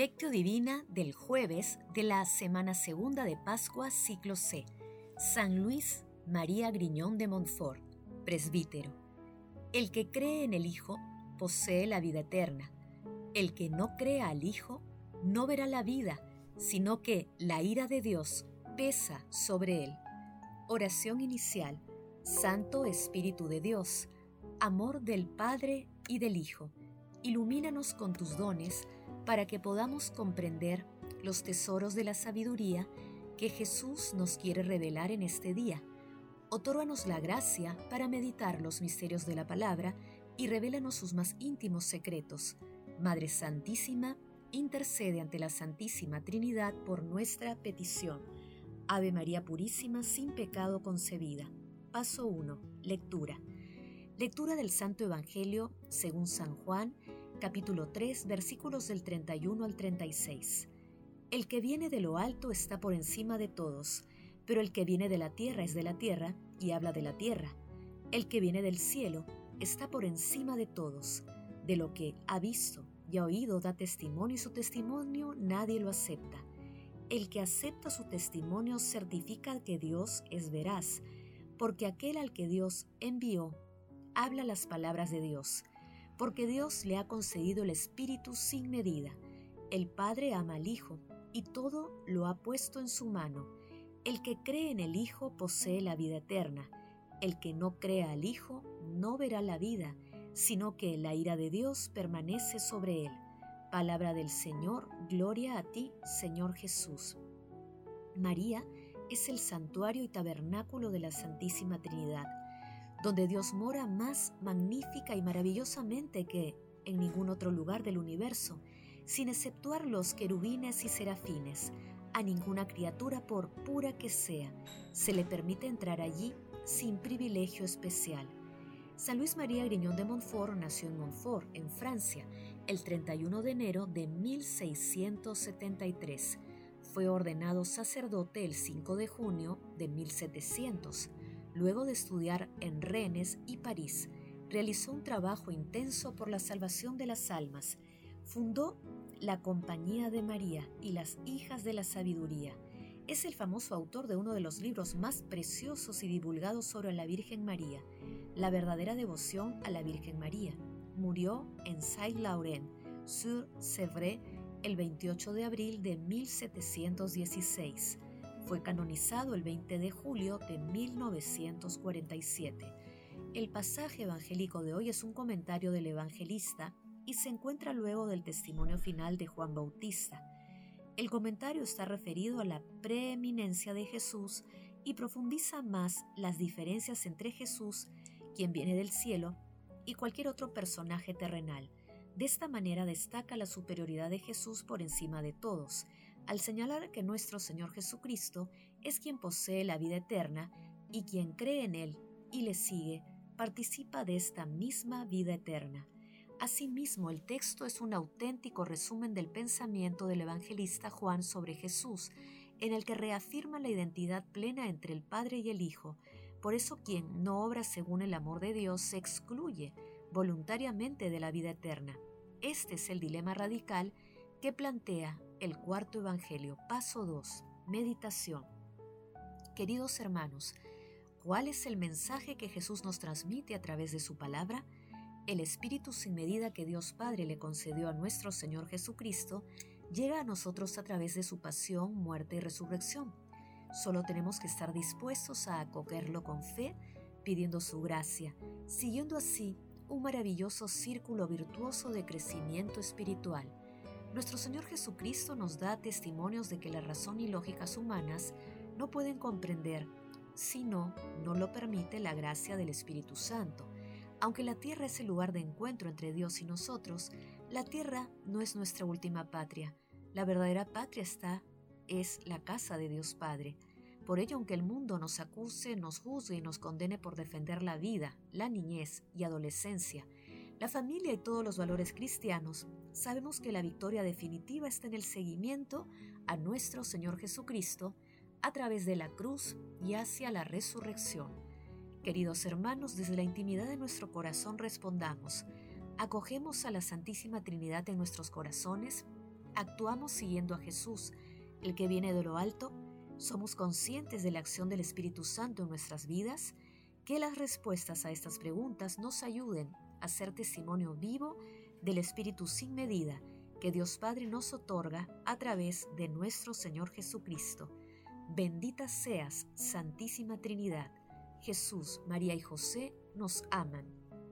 Lectio Divina del jueves de la Semana Segunda de Pascua, ciclo C. San Luis María Griñón de Montfort, presbítero. El que cree en el Hijo posee la vida eterna. El que no crea al Hijo no verá la vida, sino que la ira de Dios pesa sobre él. Oración inicial. Santo Espíritu de Dios, amor del Padre y del Hijo, ilumínanos con tus dones para que podamos comprender los tesoros de la sabiduría que Jesús nos quiere revelar en este día. Otórganos la gracia para meditar los misterios de la palabra y revélanos sus más íntimos secretos. Madre Santísima, intercede ante la Santísima Trinidad por nuestra petición. Ave María Purísima, sin pecado concebida. Paso 1. Lectura. Lectura del Santo Evangelio según San Juan, capítulo 3, versículos del 31 al 36. El que viene de lo alto está por encima de todos, pero el que viene de la tierra es de la tierra y habla de la tierra. El que viene del cielo está por encima de todos. De lo que ha visto y ha oído da testimonio y su testimonio nadie lo acepta. El que acepta su testimonio certifica que Dios es veraz, porque aquel al que Dios envió habla las palabras de Dios, porque Dios le ha concedido el Espíritu sin medida. El Padre ama al Hijo y todo lo ha puesto en su mano. El que cree en el Hijo posee la vida eterna. El que no crea al Hijo no verá la vida, sino que la ira de Dios permanece sobre él. Palabra del Señor, gloria a ti, Señor Jesús. María es el santuario y tabernáculo de la Santísima Trinidad, donde Dios mora más magnífica y maravillosamente que en ningún otro lugar del universo, sin exceptuar los querubines y serafines. A ninguna criatura, por pura que sea, se le permite entrar allí sin privilegio especial. San Luis María Griñón de Montfort nació en Montfort, en Francia, el 31 de enero de 1673. Fue ordenado sacerdote el 5 de junio de 1700. Luego de estudiar en Rennes y París, realizó un trabajo intenso por la salvación de las almas. Fundó la Compañía de María y las Hijas de la Sabiduría. Es el famoso autor de uno de los libros más preciosos y divulgados sobre la Virgen María, La verdadera devoción a la Virgen María. Murió en Saint-Laurent-sur-Sèvre el 28 de abril de 1716. Fue canonizado el 20 de julio de 1947. El pasaje evangélico de hoy es un comentario del evangelista y se encuentra luego del testimonio final de Juan Bautista. El comentario está referido a la preeminencia de Jesús y profundiza más las diferencias entre Jesús, quien viene del cielo, y cualquier otro personaje terrenal. De esta manera destaca la superioridad de Jesús por encima de todos, al señalar que nuestro Señor Jesucristo es quien posee la vida eterna y quien cree en Él y le sigue, participa de esta misma vida eterna. Asimismo, el texto es un auténtico resumen del pensamiento del evangelista Juan sobre Jesús, en el que reafirma la identidad plena entre el Padre y el Hijo. Por eso quien no obra según el amor de Dios se excluye voluntariamente de la vida eterna. Este es el dilema radical que plantea el cuarto Evangelio. Paso 2. Meditación. Queridos hermanos, ¿cuál es el mensaje que Jesús nos transmite a través de su palabra? El Espíritu sin medida que Dios Padre le concedió a nuestro Señor Jesucristo llega a nosotros a través de su pasión, muerte y resurrección. Solo tenemos que estar dispuestos a acogerlo con fe, pidiendo su gracia, siguiendo así un maravilloso círculo virtuoso de crecimiento espiritual. Nuestro Señor Jesucristo nos da testimonios de que la razón y lógicas humanas no pueden comprender, si no lo permite la gracia del Espíritu Santo. Aunque la tierra es el lugar de encuentro entre Dios y nosotros, la tierra no es nuestra última patria. La verdadera patria es la casa de Dios Padre. Por ello, aunque el mundo nos acuse, nos juzgue y nos condene por defender la vida, la niñez y adolescencia, la familia y todos los valores cristianos, sabemos que la victoria definitiva está en el seguimiento a nuestro Señor Jesucristo a través de la cruz y hacia la resurrección. Queridos hermanos, desde la intimidad de nuestro corazón respondamos: acogemos a la Santísima Trinidad en nuestros corazones actuamos siguiendo a Jesús, el que viene de lo alto. ¿Somos conscientes de la acción del Espíritu Santo en nuestras vidas? Que las respuestas a estas preguntas nos ayuden a ser testimonio vivo del Espíritu sin medida que Dios Padre nos otorga a través de nuestro Señor Jesucristo. Bendita seas, Santísima Trinidad. Jesús, María y José nos aman.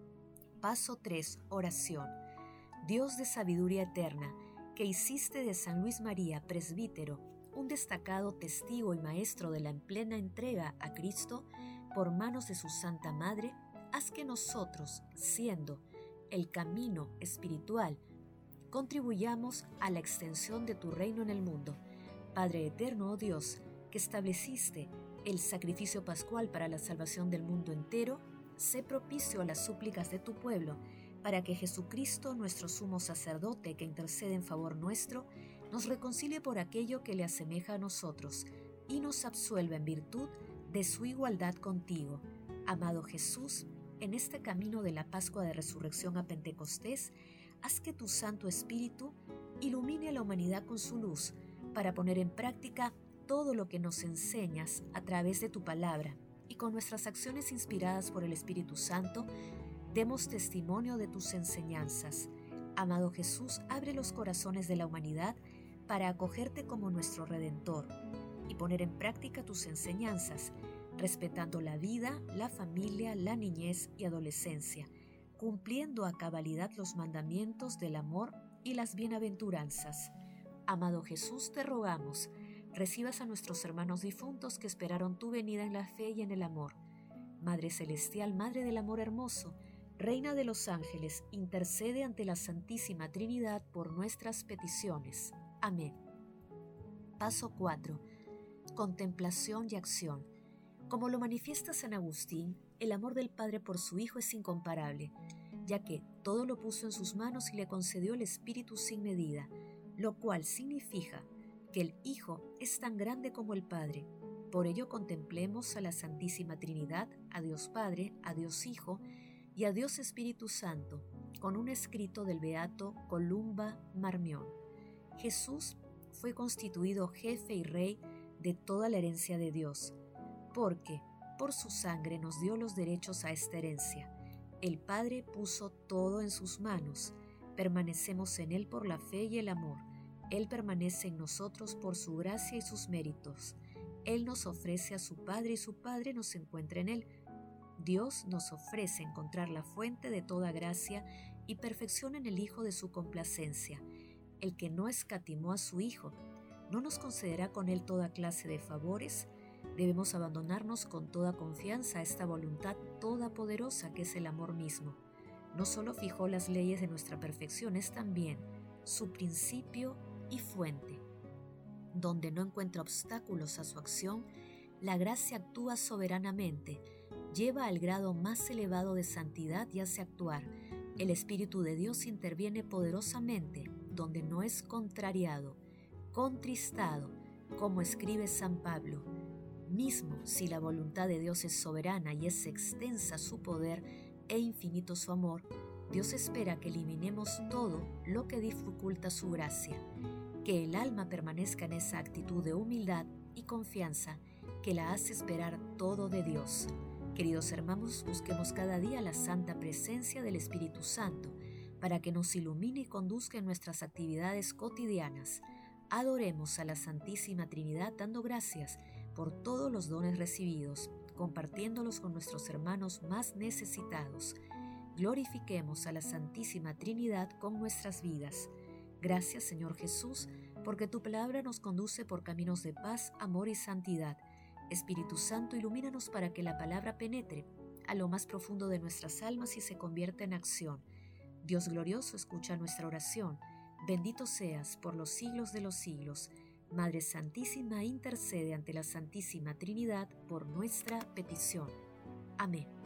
Paso 3. Oración. Dios de sabiduría eterna, que hiciste de San Luis María, presbítero, un destacado testigo y maestro de la plena entrega a Cristo por manos de su Santa Madre, haz que nosotros, siendo el camino espiritual, contribuyamos a la extensión de tu reino en el mundo. Padre eterno, oh Dios, que estableciste el sacrificio pascual para la salvación del mundo entero, sé propicio a las súplicas de tu pueblo, para que Jesucristo, nuestro sumo sacerdote, que intercede en favor nuestro, nos reconcilie por aquello que le asemeja a nosotros y nos absuelva en virtud de su igualdad contigo. Amado Jesús, en este camino de la Pascua de Resurrección a Pentecostés, haz que tu Santo Espíritu ilumine a la humanidad con su luz para poner en práctica todo lo que nos enseñas a través de tu palabra, y con nuestras acciones inspiradas por el Espíritu Santo, demos testimonio de tus enseñanzas. Amado Jesús, abre los corazones de la humanidad para acogerte como nuestro Redentor y poner en práctica tus enseñanzas, respetando la vida, la familia, la niñez y adolescencia, cumpliendo a cabalidad los mandamientos del amor y las bienaventuranzas. Amado Jesús, te rogamos, recibas a nuestros hermanos difuntos que esperaron tu venida en la fe y en el amor. Madre Celestial, Madre del Amor Hermoso, Reina de los Ángeles, intercede ante la Santísima Trinidad por nuestras peticiones. Amén. Paso 4. Contemplación y acción. Como lo manifiesta San Agustín, el amor del Padre por su Hijo es incomparable, ya que todo lo puso en sus manos y le concedió el Espíritu sin medida, lo cual significa que el Hijo es tan grande como el Padre. Por ello contemplemos a la Santísima Trinidad, a Dios Padre, a Dios Hijo y a Dios Espíritu Santo, con un escrito del beato Columba Marmión. Jesús fue constituido jefe y rey de toda la herencia de Dios, porque por su sangre nos dio los derechos a esta herencia. El Padre puso todo en sus manos. Permanecemos en Él por la fe y el amor. Él permanece en nosotros por su gracia y sus méritos. Él nos ofrece a su Padre y su Padre nos encuentra en Él. Dios nos ofrece encontrar la fuente de toda gracia y perfección en el Hijo de su complacencia. El que no escatimó a su Hijo, ¿no nos concederá con Él toda clase de favores? Debemos abandonarnos con toda confianza a esta voluntad todopoderosa que es el amor mismo. No solo fijó las leyes de nuestra perfección, es también su principio y fuente. Donde no encuentra obstáculos a su acción, la gracia actúa soberanamente, lleva al grado más elevado de santidad y hace actuar. El Espíritu de Dios interviene poderosamente donde no es contrariado, contristado, como escribe San Pablo. Mismo si la voluntad de Dios es soberana y es extensa su poder e infinito su amor, Dios espera que eliminemos todo lo que dificulta su gracia, que el alma permanezca en esa actitud de humildad y confianza que la hace esperar todo de Dios. Queridos hermanos, busquemos cada día la santa presencia del Espíritu Santo para que nos ilumine y conduzca en nuestras actividades cotidianas. Adoremos a la Santísima Trinidad dando gracias por todos los dones recibidos, compartiéndolos con nuestros hermanos más necesitados. Glorifiquemos a la Santísima Trinidad con nuestras vidas. Gracias, Señor Jesús, porque tu palabra nos conduce por caminos de paz, amor y santidad. Espíritu Santo, ilumínanos para que la palabra penetre a lo más profundo de nuestras almas y se convierta en acción. Dios glorioso, escucha nuestra oración. Bendito seas por los siglos de los siglos. Madre Santísima, intercede ante la Santísima Trinidad por nuestra petición. Amén.